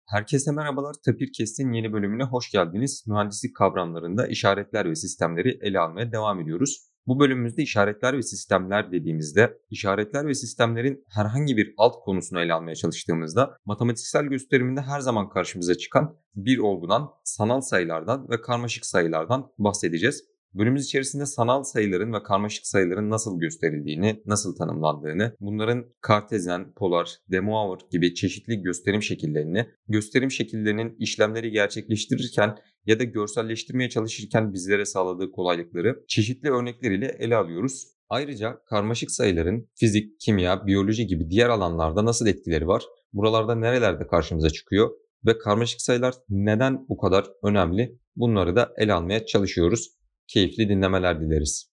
Herkese merhabalar. Tapirkest'in yeni bölümüne hoş geldiniz. Mühendislik kavramlarında işaretler ve sistemleri ele almaya devam ediyoruz. Bu bölümümüzde işaretler ve sistemler dediğimizde, işaretler ve sistemlerin herhangi bir alt konusunu ele almaya çalıştığımızda matematiksel gösteriminde her zaman karşımıza çıkan bir olgudan, sanal sayılardan ve karmaşık sayılardan bahsedeceğiz. Bölümümüz içerisinde sanal sayıların ve karmaşık sayıların nasıl gösterildiğini, nasıl tanımlandığını, bunların kartezyen, polar, de Moivre gibi çeşitli gösterim şekillerinin işlemleri gerçekleştirirken ya da görselleştirmeye çalışırken bizlere sağladığı kolaylıkları çeşitli örnekleriyle ele alıyoruz. Ayrıca karmaşık sayıların fizik, kimya, biyoloji gibi diğer alanlarda nasıl etkileri var? Buralarda nerelerde karşımıza çıkıyor? Ve karmaşık sayılar neden bu kadar önemli? Bunları da ele almaya çalışıyoruz. Keyifli dinlemeler dileriz.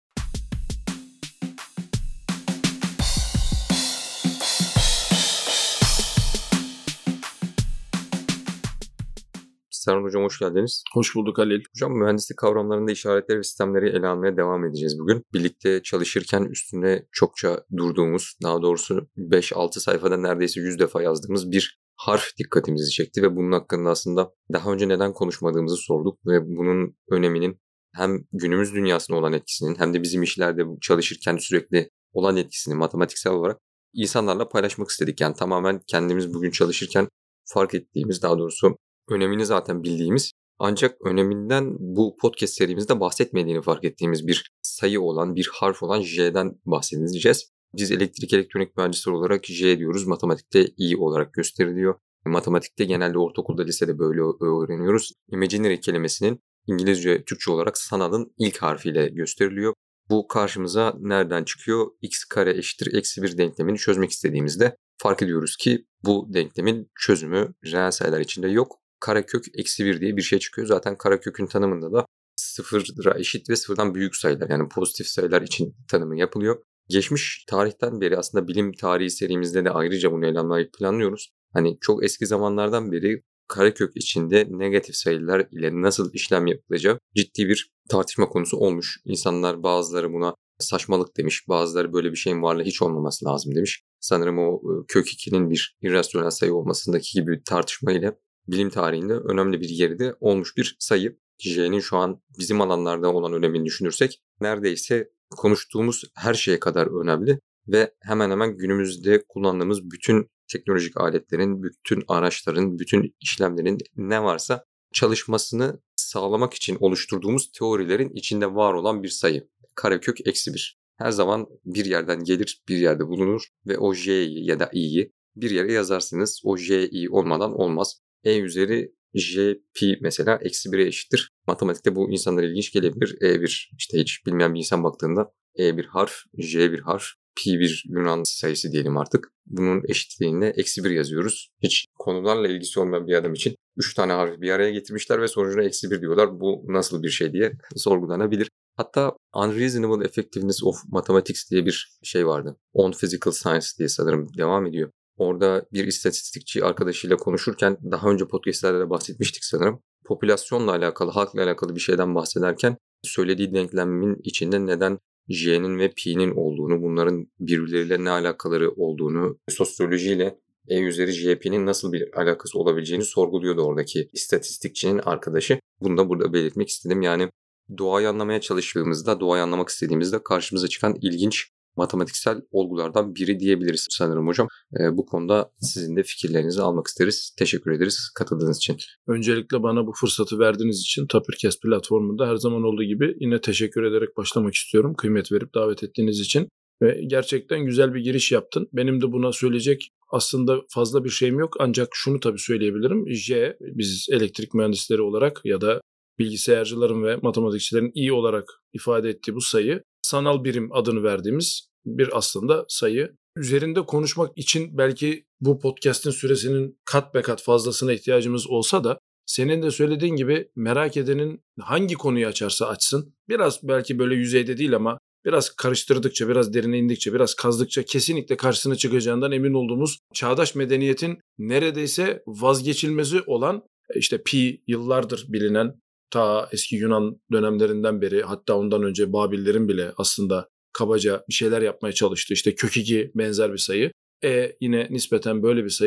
Serhan Hocam hoş geldiniz. Hoş bulduk Halil. Hocam mühendislik kavramlarında işaretleri ve sistemleri ele almaya devam edeceğiz bugün. Birlikte çalışırken üstüne çokça durduğumuz, daha doğrusu 5-6 sayfada neredeyse 100 defa yazdığımız bir harf dikkatimizi çekti ve bunun hakkında aslında daha önce neden konuşmadığımızı sorduk ve bunun öneminin hem günümüz dünyasına olan etkisinin hem de bizim işlerde çalışırken sürekli olan etkisini matematiksel olarak insanlarla paylaşmak istedik. Yani tamamen kendimiz bugün çalışırken fark ettiğimiz, daha doğrusu önemini zaten bildiğimiz ancak öneminden bu podcast serimizde bahsetmediğini fark ettiğimiz bir sayı olan, bir harf olan J'den bahsedeceğiz. Biz elektrik elektronik mühendisleri olarak J diyoruz. Matematikte I olarak gösteriliyor. Matematikte genelde ortaokulda, lisede böyle öğreniyoruz. Imaginary kelimesinin İngilizce, Türkçe olarak sanalın ilk harfiyle gösteriliyor. Bu karşımıza nereden çıkıyor? X kare eşittir eksi 1 denklemini çözmek istediğimizde fark ediyoruz ki bu denklemin çözümü reel sayılar içinde yok. Karekök eksi 1 diye bir şey çıkıyor. Zaten karekökün tanımında da sıfıra eşit ve sıfırdan büyük sayılar, yani pozitif sayılar için tanımı yapılıyor. Geçmiş tarihten beri aslında bilim tarihi serimizde de ayrıca bunu ele almayı planlıyoruz. Hani çok eski zamanlardan beri karekök içinde negatif sayılar ile nasıl işlem yapılacağı ciddi bir tartışma konusu olmuş. İnsanlar, bazıları buna saçmalık demiş, bazıları böyle bir şeyin varlığı hiç olmaması lazım demiş. Sanırım o kök 2'nin bir irrasyonel sayı olmasındaki gibi bir tartışma ile bilim tarihinde önemli bir yerde olmuş bir sayı. J'nin şu an bizim alanlarda olan önemini düşünürsek neredeyse konuştuğumuz her şeye kadar önemli ve hemen hemen günümüzde kullandığımız bütün teknolojik aletlerin, bütün araçların, bütün işlemlerin ne varsa çalışmasını sağlamak için oluşturduğumuz teorilerin içinde var olan bir sayı. Karekök eksi 1. Her zaman bir yerden gelir, bir yerde bulunur ve o J'yi ya da İ'yi bir yere yazarsınız. O J, İ olmadan olmaz. E üzeri J, pi mesela eksi 1'e eşittir. Matematikte bu insanlara ilginç gelebilir. E1 işte hiç bilmeyen bir insan baktığında E bir harf, J bir harf, pi bir Yunan sayısı diyelim artık. Bunun eşitliğine eksi 1 yazıyoruz. Hiç konularla ilgisi olmayan bir adam için 3 tane harfi bir araya getirmişler ve sonucuna eksi 1 diyorlar. Bu nasıl bir şey diye sorgulanabilir. Hatta Unreasonable Effectiveness of Mathematics diye bir şey vardı. On Physical Science diye sanırım devam ediyor. Orada bir istatistikçi arkadaşıyla konuşurken, daha önce podcastlerde de bahsetmiştik sanırım. Popülasyonla alakalı, halkla alakalı bir şeyden bahsederken söylediği denklemin içinde neden J'nin ve P'nin olduğunu, bunların birbirleriyle ne alakaları olduğunu, sosyolojiyle E üzeri JP'nin nasıl bir alakası olabileceğini sorguluyordu oradaki istatistikçinin arkadaşı. Bunu da burada belirtmek istedim. Yani doğayı anlamaya çalıştığımızda, doğayı anlamak istediğimizde karşımıza çıkan ilginç matematiksel olgulardan biri diyebiliriz sanırım hocam. Bu konuda sizin de fikirlerinizi almak isteriz. Teşekkür ederiz katıldığınız için. Öncelikle bana bu fırsatı verdiğiniz için Tapirkest platformunda her zaman olduğu gibi yine teşekkür ederek başlamak istiyorum. Kıymet verip davet ettiğiniz için. Ve gerçekten güzel bir giriş yaptın. Benim de buna söyleyecek aslında fazla bir şeyim yok. Ancak şunu tabii söyleyebilirim. J, biz elektrik mühendisleri olarak ya da bilgisayarcıların ve matematikçilerin iyi olarak ifade ettiği bu sayı, sanal birim adını verdiğimiz bir aslında sayı. Üzerinde konuşmak için belki bu podcast'in süresinin kat be kat fazlasına ihtiyacımız olsa da senin de söylediğin gibi merak edenin hangi konuyu açarsa açsın, biraz belki böyle yüzeyde değil ama biraz karıştırdıkça, biraz derine indikçe, biraz kazdıkça kesinlikle karşısına çıkacağından emin olduğumuz çağdaş medeniyetin neredeyse vazgeçilmezi olan işte pi, yıllardır bilinen, ta eski Yunan dönemlerinden beri, hatta ondan önce Babillerin bile aslında kabaca bir şeyler yapmaya çalıştı. İşte kök 2 benzer bir sayı. Yine nispeten böyle bir sayı.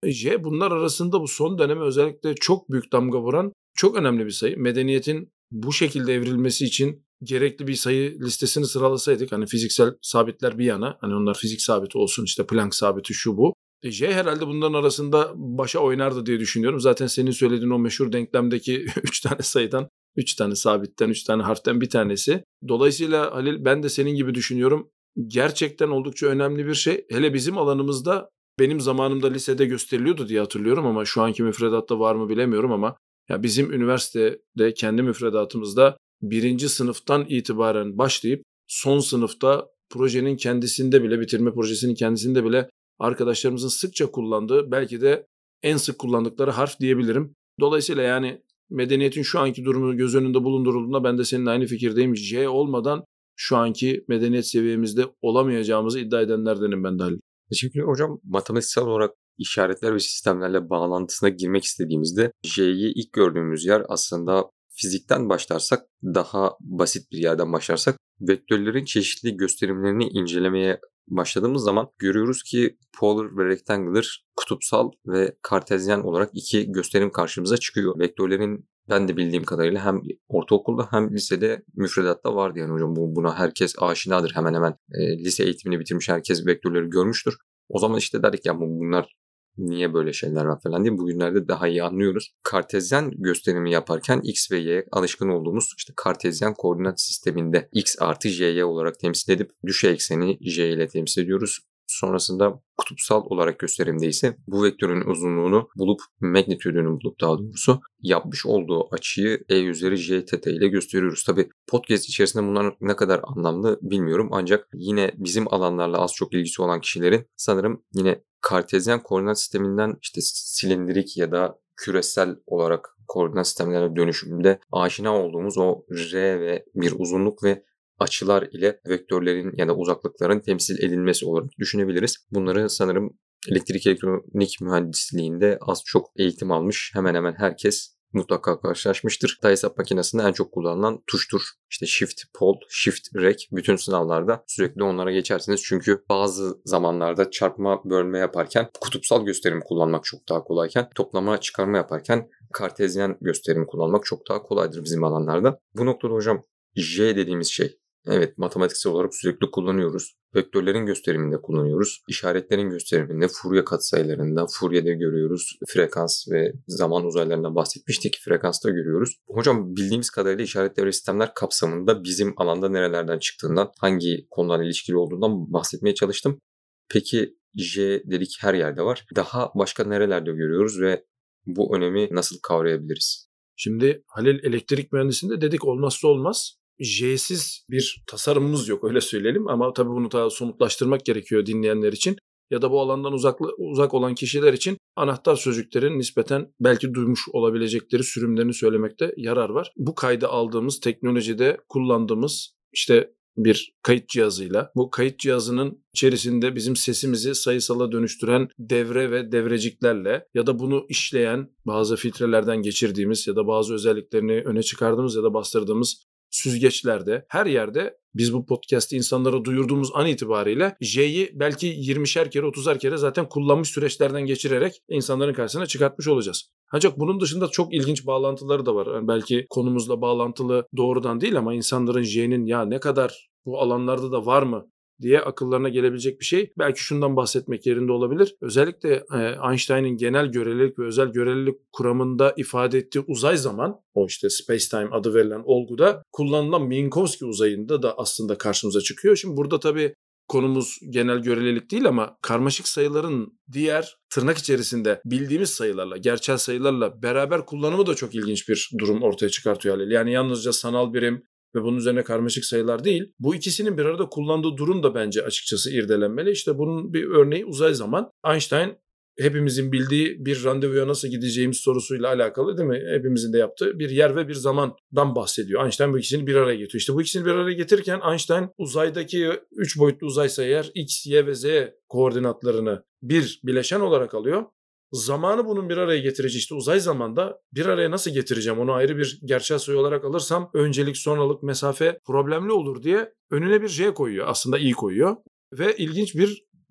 J bunlar arasında bu son döneme özellikle çok büyük damga vuran çok önemli bir sayı. Medeniyetin bu şekilde evrilmesi için gerekli bir sayı listesini sıralasaydık, hani fiziksel sabitler bir yana, hani onlar fizik sabiti olsun, işte Planck sabiti şu bu. J herhalde bunların arasında başa oynardı diye düşünüyorum. Zaten senin söylediğin o meşhur denklemdeki 3 tane sayıdan, 3 tane sabitten, 3 tane harften bir tanesi. Dolayısıyla Halil, ben de senin gibi düşünüyorum. Gerçekten oldukça önemli bir şey. Hele bizim alanımızda benim zamanımda lisede gösteriliyordu diye hatırlıyorum ama şu anki müfredatta var mı bilemiyorum ama ya bizim üniversitede kendi müfredatımızda birinci sınıftan itibaren başlayıp son sınıfta projenin kendisinde bile, bitirme projesinin kendisinde bile arkadaşlarımızın sıkça kullandığı, belki de en sık kullandıkları harf diyebilirim. Dolayısıyla yani medeniyetin şu anki durumu göz önünde bulundurulduğunda ben de seninle aynı fikirdeyim. J olmadan şu anki medeniyet seviyemizde olamayacağımızı iddia edenlerdenim ben de Halil. Teşekkürler hocam. Matematiksel olarak işaretler ve sistemlerle bağlantısına girmek istediğimizde J'yi ilk gördüğümüz yer aslında fizikten başlarsak, daha basit bir yerden başlarsak vektörlerin çeşitli gösterimlerini incelemeye başladığımız zaman görüyoruz ki polar ve rectangular, kutupsal ve kartezyen olarak iki gösterim karşımıza çıkıyor. Vektörlerin ben de bildiğim kadarıyla hem ortaokulda hem lisede müfredatta vardı yani hocam. Buna herkes aşinadır hemen hemen. Lise eğitimini bitirmiş herkes vektörleri görmüştür. O zaman işte derdik ya bunlar niye böyle şeyler var falan diye bugünlerde daha iyi anlıyoruz. Kartezyen gösterimi yaparken X ve Y alışkın olduğumuz işte kartezyen koordinat sisteminde X artı JY olarak temsil edip düşey ekseni J ile temsil ediyoruz. Sonrasında kutupsal olarak gösterimde ise bu vektörün uzunluğunu bulup magnitüdünü bulup daha doğrusu yapmış olduğu açıyı E üzeri J teta ile gösteriyoruz. Tabi podcast içerisinde bunlar ne kadar anlamlı bilmiyorum ancak yine bizim alanlarla az çok ilgisi olan kişilerin sanırım yine kartezyen koordinat sisteminden işte silindirik ya da küresel olarak koordinat sistemlerine dönüşümünde aşina olduğumuz o R ve bir uzunluk ve açılar ile vektörlerin ya da uzaklıkların temsil edilmesi olarak düşünebiliriz. Bunları sanırım elektrik elektronik mühendisliğinde az çok eğitim almış hemen hemen herkes mutlaka karşılaşmıştır. Da hesap makinesinde en çok kullanılan tuştur. İşte Shift Pol, Shift Rec bütün sınavlarda sürekli onlara geçersiniz. Çünkü bazı zamanlarda çarpma bölme yaparken kutupsal gösterim kullanmak çok daha kolayken toplama çıkarma yaparken kartezyen gösterim kullanmak çok daha kolaydır bizim alanlarda. Bu noktada hocam J dediğimiz şey evet matematiksel olarak sürekli kullanıyoruz. Vektörlerin gösteriminde kullanıyoruz. İşaretlerin gösteriminde, Fourier katsayılarında, Fourier'de görüyoruz. Frekans ve zaman uzaylarından bahsetmiştik. Frekansta görüyoruz. Hocam bildiğimiz kadarıyla işaretler ve sistemler kapsamında bizim alanda nerelerden çıktığından, hangi konularla ilişkili olduğundan bahsetmeye çalıştım. Peki J dedik her yerde var. Daha başka nerelerde görüyoruz ve bu önemi nasıl kavrayabiliriz? Şimdi Halil, elektrik mühendisliğinde dedik olmazsa olmaz. J'siz bir tasarımımız yok, öyle söyleyelim, ama tabii bunu daha somutlaştırmak gerekiyor dinleyenler için ya da bu alandan uzak olan kişiler için anahtar sözcüklerin nispeten belki duymuş olabilecekleri sürümlerini söylemekte yarar var. Bu kaydı aldığımız teknolojide kullandığımız işte bir kayıt cihazıyla, bu kayıt cihazının içerisinde bizim sesimizi sayısala dönüştüren devre ve devreciklerle ya da bunu işleyen bazı filtrelerden geçirdiğimiz ya da bazı özelliklerini öne çıkardığımız ya da bastırdığımız süzgeçlerde, her yerde biz bu podcast'i insanlara duyurduğumuz an itibariyle J'yi belki 20'şer kere 30'ar kere zaten kullanmış süreçlerden geçirerek insanların karşısına çıkartmış olacağız. Ancak bunun dışında çok ilginç bağlantıları da var. Yani belki konumuzla bağlantılı doğrudan değil ama insanların J'nin ya ne kadar bu alanlarda da var mı diye akıllarına gelebilecek bir şey. Belki şundan bahsetmek yerinde olabilir. Özellikle Einstein'ın genel görelilik ve özel görelilik kuramında ifade ettiği uzay zaman, o işte space-time adı verilen olguda kullanılan Minkowski uzayında da aslında karşımıza çıkıyor. Şimdi burada tabii konumuz genel görelilik değil ama karmaşık sayıların diğer tırnak içerisinde bildiğimiz sayılarla, gerçel sayılarla beraber kullanımı da çok ilginç bir durum ortaya çıkartıyor Halil. Yani yalnızca sanal birim ve bunun üzerine karmaşık sayılar değil. Bu ikisinin bir arada kullandığı durum da bence açıkçası irdelenmeli. İşte bunun bir örneği uzay zaman. Einstein hepimizin bildiği bir randevuya nasıl gideceğimiz sorusuyla alakalı, değil mi? Hepimizin de yaptığı bir yer ve bir zamandan bahsediyor. Einstein bu ikisini bir araya getiriyor. İşte bu ikisini bir araya getirirken Einstein uzaydaki 3 boyutlu uzaysa eğer X, Y ve Z koordinatlarını bir bileşen olarak alıyor. Zamanı bunun bir araya getirici, işte uzay zamanda bir araya nasıl getireceğim, onu ayrı bir gerçel sayı olarak alırsam öncelik sonralık mesafe problemli olur diye önüne bir J koyuyor, aslında I koyuyor ve ilginç bir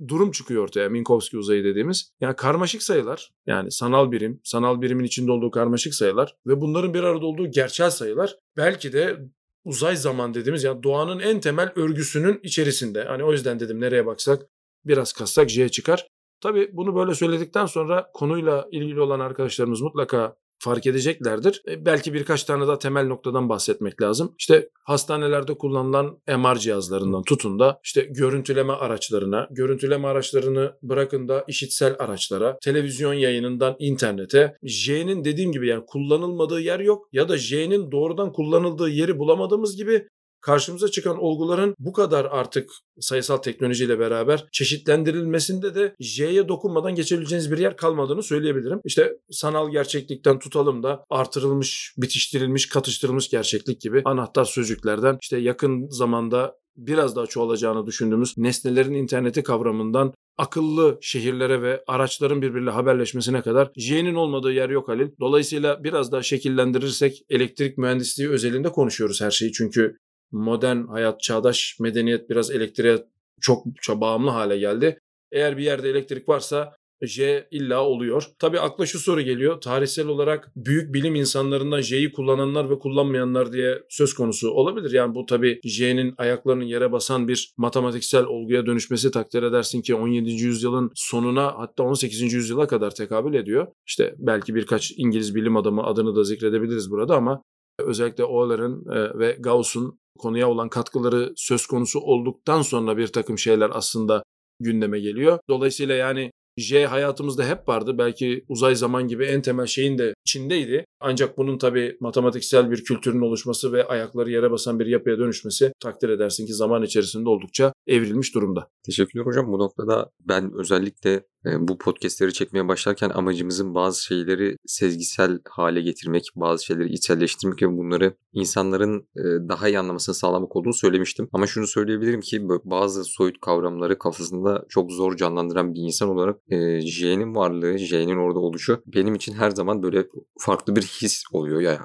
durum çıkıyor ortaya. Minkowski uzayı dediğimiz. Yani karmaşık sayılar, yani sanal birim, sanal birimin içinde olduğu karmaşık sayılar ve bunların bir arada olduğu gerçel sayılar belki de uzay zaman dediğimiz, yani doğanın en temel örgüsünün içerisinde. Hani o yüzden dedim nereye baksak biraz kassak J çıkar. Tabii bunu böyle söyledikten sonra konuyla ilgili olan arkadaşlarımız mutlaka fark edeceklerdir. Belki birkaç tane daha temel noktadan bahsetmek lazım. İşte hastanelerde kullanılan MR cihazlarından tutun da işte görüntüleme araçlarına, görüntüleme araçlarını bırakın da işitsel araçlara, televizyon yayınından internete, J'nin dediğim gibi yani kullanılmadığı yer yok ya da J'nin doğrudan kullanıldığı yeri bulamadığımız gibi karşımıza çıkan olguların bu kadar artık sayısal teknolojiyle beraber çeşitlendirilmesinde de J'ye dokunmadan geçebileceğiniz bir yer kalmadığını söyleyebilirim. İşte sanal gerçeklikten tutalım da artırılmış, bitiştirilmiş, katıştırılmış gerçeklik gibi anahtar sözcüklerden işte yakın zamanda biraz daha çoğalacağını düşündüğümüz nesnelerin interneti kavramından akıllı şehirlere ve araçların birbiriyle haberleşmesine kadar J'nin olmadığı yer yok Halil. Dolayısıyla biraz daha şekillendirirsek elektrik mühendisliği özelinde konuşuyoruz her şeyi. Çünkü modern hayat, çağdaş medeniyet biraz elektriğe çok bağımlı hale geldi. Eğer bir yerde elektrik varsa J illa oluyor. Tabii akla şu soru geliyor. Tarihsel olarak büyük bilim insanlarından J'yi kullananlar ve kullanmayanlar diye söz konusu olabilir. Yani bu tabii J'nin ayaklarının yere basan bir matematiksel olguya dönüşmesi takdir edersin ki 17. yüzyılın sonuna hatta 18. yüzyıla kadar tekabül ediyor. İşte belki birkaç İngiliz bilim adamı adını da zikredebiliriz burada ama özellikle Euler'in ve Gauss'un konuya olan katkıları söz konusu olduktan sonra bir takım şeyler aslında gündeme geliyor. Dolayısıyla yani J hayatımızda hep vardı. Belki uzay zaman gibi en temel şeyin de içindeydi. Ancak bunun tabii matematiksel bir kültürün oluşması ve ayakları yere basan bir yapıya dönüşmesi takdir edersin ki zaman içerisinde oldukça evrilmiş durumda. Teşekkürler hocam. Bu noktada ben özellikle bu podcastleri çekmeye başlarken amacımızın bazı şeyleri sezgisel hale getirmek, bazı şeyleri içselleştirmek ve bunları insanların daha iyi anlamasını sağlamak olduğunu söylemiştim. Ama şunu söyleyebilirim ki bazı soyut kavramları kafasında çok zor canlandıran bir insan olarak J'nin varlığı, J'nin orada oluşu benim için her zaman böyle farklı bir his oluyor ya.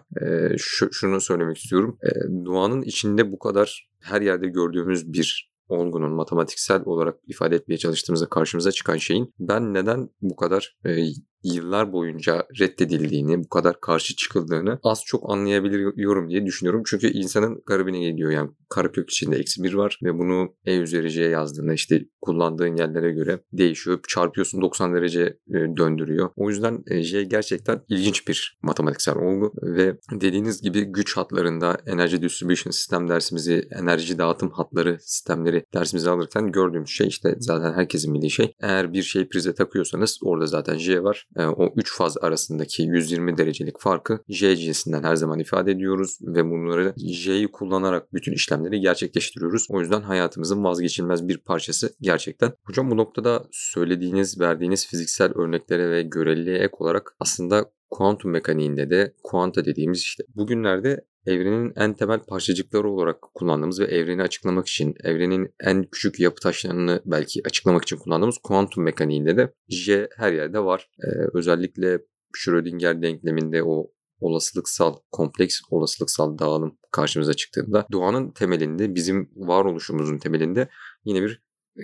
Şunu söylemek istiyorum. Doğanın içinde bu kadar her yerde gördüğümüz bir olgunun matematiksel olarak ifade etmeye çalıştığımızda karşımıza çıkan şeyin ben neden bu kadar yıllar boyunca reddedildiğini, bu kadar karşı çıkıldığını az çok anlayabiliyorum diye düşünüyorum. Çünkü insanın garibine gidiyor. Yani karekök içinde -1 var ve bunu E üzeri C yazdığında işte kullandığın yerlere göre değişiyor. Çarpıyorsun 90 derece döndürüyor. O yüzden J gerçekten ilginç bir matematiksel olgu ve dediğiniz gibi güç hatlarında enerji distribution sistem dersimizi, enerji dağıtım hatları sistemleri dersimizi alırken gördüğümüz şey işte zaten herkesin bildiği şey. Eğer bir şeyi prize takıyorsanız orada zaten J var. O 3 faz arasındaki 120 derecelik farkı J cinsinden her zaman ifade ediyoruz ve bunları J'yi kullanarak bütün işlemleri gerçekleştiriyoruz. O yüzden hayatımızın vazgeçilmez bir parçası gerçekten. Hocam bu noktada söylediğiniz, verdiğiniz fiziksel örneklere ve göreliliğe ek olarak aslında kuantum mekaniğinde de kuanta dediğimiz işte bugünlerde evrenin en temel parçacıkları olarak kullandığımız ve evreni açıklamak için, evrenin en küçük yapı taşlarını belki açıklamak için kullandığımız kuantum mekaniğinde de J her yerde var. Özellikle Schrödinger denkleminde o olasılıksal, kompleks olasılıksal dağılım karşımıza çıktığında doğanın temelinde, bizim varoluşumuzun temelinde yine bir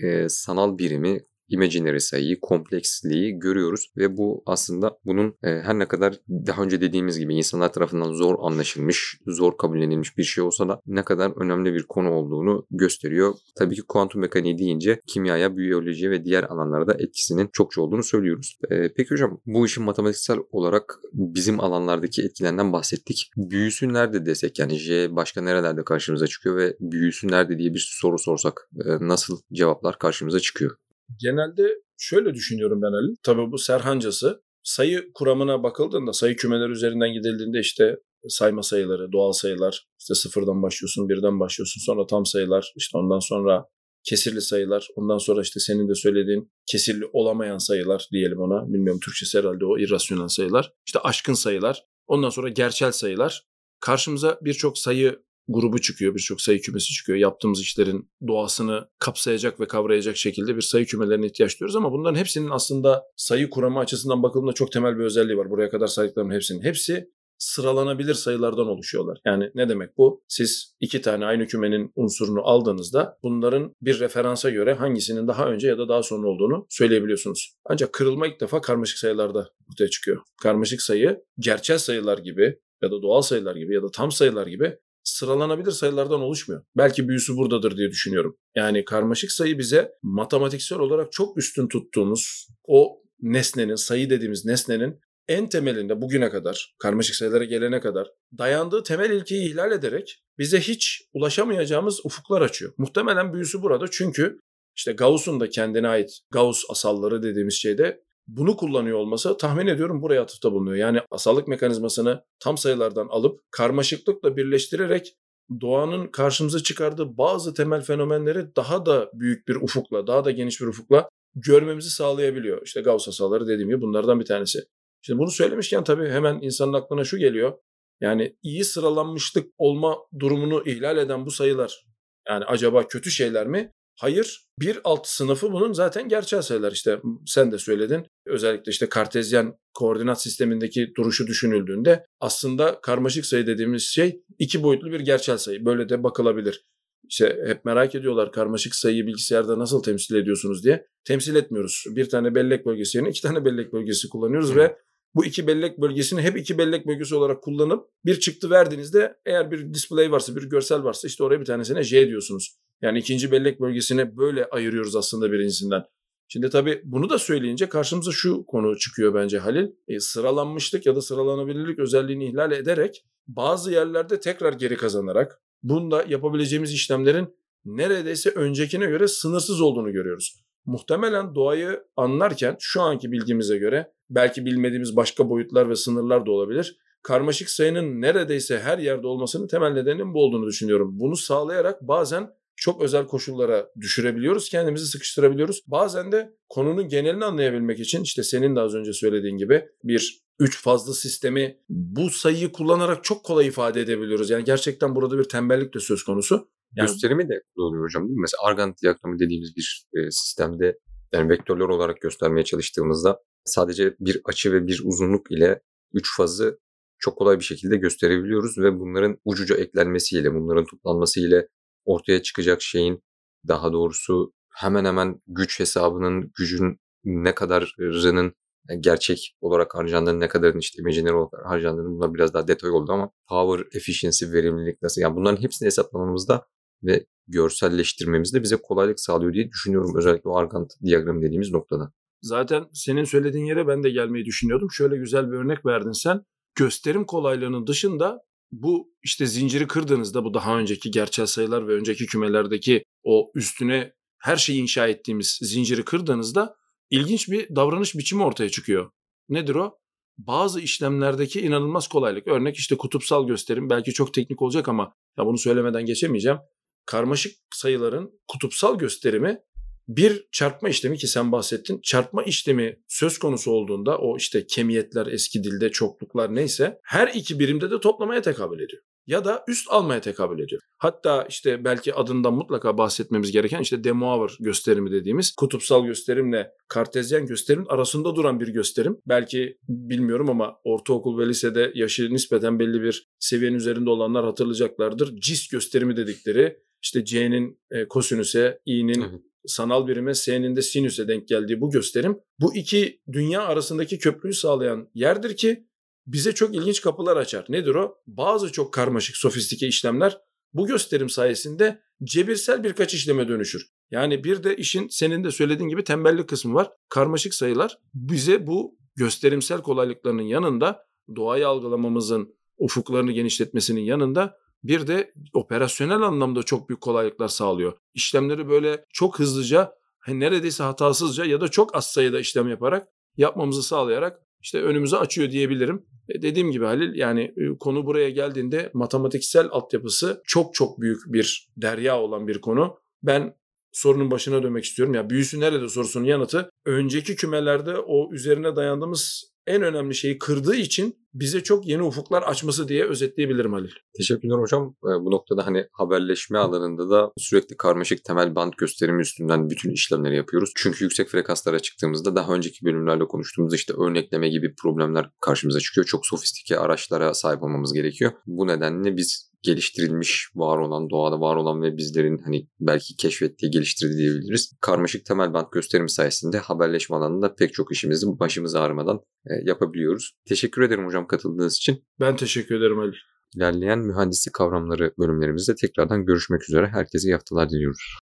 sanal birimi, imaginary sayıyı, kompleksliği görüyoruz ve bu aslında bunun her ne kadar daha önce dediğimiz gibi insanlar tarafından zor anlaşılmış, zor kabullenilmiş bir şey olsa da ne kadar önemli bir konu olduğunu gösteriyor. Tabii ki kuantum mekaniği deyince kimyaya, biyolojiye ve diğer alanlarda etkisinin çokça olduğunu söylüyoruz. Peki hocam bu işin matematiksel olarak bizim alanlardaki etkilerinden bahsettik. Büyüsü nerede desek, yani J başka nerelerde karşımıza çıkıyor ve büyüsü nerede diye bir soru sorsak nasıl cevaplar karşımıza çıkıyor? Genelde şöyle düşünüyorum ben Ali. Tabii bu serhancası. Sayı kuramına bakıldığında, sayı kümeleri üzerinden gidildiğinde işte sayma sayıları, doğal sayılar, işte sıfırdan başlıyorsun, birden başlıyorsun, sonra tam sayılar, işte ondan sonra kesirli sayılar, ondan sonra işte senin de söylediğin kesirli olamayan sayılar diyelim ona. Bilmiyorum Türkçesi herhalde o irrasyonel sayılar. İşte aşkın sayılar, ondan sonra gerçel sayılar. Karşımıza birçok sayı grubu çıkıyor, birçok sayı kümesi çıkıyor. Yaptığımız işlerin doğasını kapsayacak ve kavrayacak şekilde bir sayı kümelerine ihtiyaç duyuyoruz ama bunların hepsinin aslında sayı kuramı açısından bakıldığında çok temel bir özelliği var. Buraya kadar saydıklarımın hepsinin. Hepsi sıralanabilir sayılardan oluşuyorlar. Yani ne demek bu? Siz 2 tane aynı kümenin unsurunu aldığınızda bunların bir referansa göre hangisinin daha önce ya da daha sonra olduğunu söyleyebiliyorsunuz. Ancak kırılma ilk defa karmaşık sayılarda ortaya çıkıyor. Karmaşık sayı gerçel sayılar gibi ya da doğal sayılar gibi ya da tam sayılar gibi sıralanabilir sayılardan oluşmuyor. Belki büyüsü buradadır diye düşünüyorum. Yani karmaşık sayı bize matematiksel olarak çok üstün tuttuğumuz o nesnenin, sayı dediğimiz nesnenin en temelinde bugüne kadar, karmaşık sayılara gelene kadar dayandığı temel ilkeyi ihlal ederek bize hiç ulaşamayacağımız ufuklar açıyor. Muhtemelen büyüsü burada, çünkü işte Gauss'un da kendine ait Gauss asalları dediğimiz şeyde bunu kullanıyor olması, tahmin ediyorum buraya atıfta bulunuyor. Yani asallık mekanizmasını tam sayılardan alıp karmaşıklıkla birleştirerek doğanın karşımıza çıkardığı bazı temel fenomenleri daha da büyük bir ufukla, daha da geniş bir ufukla görmemizi sağlayabiliyor. İşte Gauss asalları dediğim gibi bunlardan bir tanesi. Şimdi bunu söylemişken tabii hemen insanın aklına şu geliyor. Yani iyi sıralanmışlık olma durumunu ihlal eden bu sayılar, yani acaba kötü şeyler mi? Hayır. Bir alt sınıfı bunun zaten gerçel sayılar. İşte sen de söyledin. Özellikle işte Kartezyen koordinat sistemindeki duruşu düşünüldüğünde aslında karmaşık sayı dediğimiz şey 2 boyutlu bir gerçel sayı. Böyle de bakılabilir. İşte hep merak ediyorlar, karmaşık sayıyı bilgisayarda nasıl temsil ediyorsunuz diye. Temsil etmiyoruz. Bir tane bellek bölgesi yerine 2 tane bellek bölgesi kullanıyoruz ve bu 2 bellek bölgesini hep 2 bellek bölgesi olarak kullanıp bir çıktı verdiğinizde eğer bir display varsa, bir görsel varsa işte oraya bir tanesine J diyorsunuz. Yani ikinci bellek bölgesini böyle ayırıyoruz aslında birincisinden. Şimdi tabii bunu da söyleyince karşımıza şu konu çıkıyor bence Halil. Sıralanmışlık ya da sıralanabilirlik özelliğini ihlal ederek bazı yerlerde tekrar geri kazanarak bunda yapabileceğimiz işlemlerin neredeyse öncekine göre sınırsız olduğunu görüyoruz. Muhtemelen doğayı anlarken şu anki bilgimize göre belki bilmediğimiz başka boyutlar ve sınırlar da olabilir. Karmaşık sayının neredeyse her yerde olmasının temel nedeninin bu olduğunu düşünüyorum. Bunu sağlayarak bazen çok özel koşullara düşürebiliyoruz, kendimizi sıkıştırabiliyoruz. Bazen de konunun genelini anlayabilmek için işte senin de az önce söylediğin gibi bir 3 fazlı sistemi bu sayıyı kullanarak çok kolay ifade edebiliyoruz. Yani gerçekten burada bir tembellik de söz konusu. Yani, gösterimi de oluyor hocam değil mi? Mesela Argand diyagramı dediğimiz bir sistemde yani vektörler olarak göstermeye çalıştığımızda sadece bir açı ve bir uzunluk ile 3 fazı çok kolay bir şekilde gösterebiliyoruz ve bunların ucuca eklenmesiyle, bunların toplanmasıyla ortaya çıkacak şeyin, daha doğrusu hemen hemen güç hesabının, gücün ne kadarının gerçek olarak harcandığını, ne kadarının işte imajiner olarak harcandığını, bunlar biraz daha detay oldu ama power, efficiency, verimlilik nasıl, yani bunların hepsini hesaplamamızda ve görselleştirmemizde bize kolaylık sağlıyor diye düşünüyorum. Özellikle o Argand diyagramı dediğimiz noktada. Zaten senin söylediğin yere ben de gelmeyi düşünüyordum. Şöyle güzel bir örnek verdin sen. Gösterim kolaylığının dışında bu işte zinciri kırdığınızda, bu daha önceki gerçel sayılar ve önceki kümelerdeki o üstüne her şeyi inşa ettiğimiz zinciri kırdığınızda ilginç bir davranış biçimi ortaya çıkıyor. Nedir o? Bazı işlemlerdeki inanılmaz kolaylık. Örnek işte kutupsal gösterim, belki çok teknik olacak ama ya bunu söylemeden geçemeyeceğim. Karmaşık sayıların kutupsal gösterimi bir çarpma işlemi, ki sen bahsettin. Çarpma işlemi söz konusu olduğunda o işte kemiyetler, eski dilde çokluklar neyse, her iki birimde de toplamaya tekabül ediyor. Ya da üst almaya tekabül ediyor. Hatta işte belki adından mutlaka bahsetmemiz gereken işte De Moivre gösterimi dediğimiz kutupsal gösterimle Kartezyen gösterimin arasında duran bir gösterim. Belki bilmiyorum ama ortaokul ve lisede yaşı nispeten belli bir seviyenin üzerinde olanlar hatırlayacaklardır. Cis gösterimi dedikleri, işte C'nin kosinüse, i'nin sanal birime, S'nin de sinüse denk geldiği bu gösterim, bu iki dünya arasındaki köprüyü sağlayan yerdir ki bize çok ilginç kapılar açar. Nedir o? Bazı çok karmaşık, sofistike işlemler bu gösterim sayesinde cebirsel birkaç işleme dönüşür. Yani bir de işin senin de söylediğin gibi tembellik kısmı var. Karmaşık sayılar bize bu gösterimsel kolaylıklarının yanında, doğayı algılamamızın ufuklarını genişletmesinin yanında bir de operasyonel anlamda çok büyük kolaylıklar sağlıyor. İşlemleri böyle çok hızlıca, neredeyse hatasızca ya da çok az sayıda işlem yaparak yapmamızı sağlayarak işte önümüzü açıyor diyebilirim. Dediğim gibi Halil, yani konu buraya geldiğinde matematiksel altyapısı çok çok büyük bir derya olan bir konu. Ben sorunun başına dönmek istiyorum. Ya büyüsü nerede sorusunun yanıtı, önceki kümelerde o üzerine dayandığımız en önemli şeyi kırdığı için bize çok yeni ufuklar açması diye özetleyebilirim Halil. Teşekkürler hocam. Bu noktada hani haberleşme alanında da sürekli karmaşık temel band gösterimi üstünden bütün işlemleri yapıyoruz. Çünkü yüksek frekanslara çıktığımızda daha önceki bölümlerle konuştuğumuzda işte örnekleme gibi problemler karşımıza çıkıyor. Çok sofistike araçlara sahip olmamız gerekiyor. Bu nedenle biz geliştirilmiş, var olan, doğada var olan ve bizlerin hani belki keşfettiği, geliştirdiği diyebiliriz. Karmaşık temel band gösterimi sayesinde haberleşme alanında pek çok işimizi başımız ağrımadan yapabiliyoruz. Teşekkür ederim hocam katıldığınız için. Ben teşekkür ederim Halil. İlerleyen mühendislik kavramları bölümlerimizde tekrardan görüşmek üzere. Herkese iyi haftalar diliyoruz.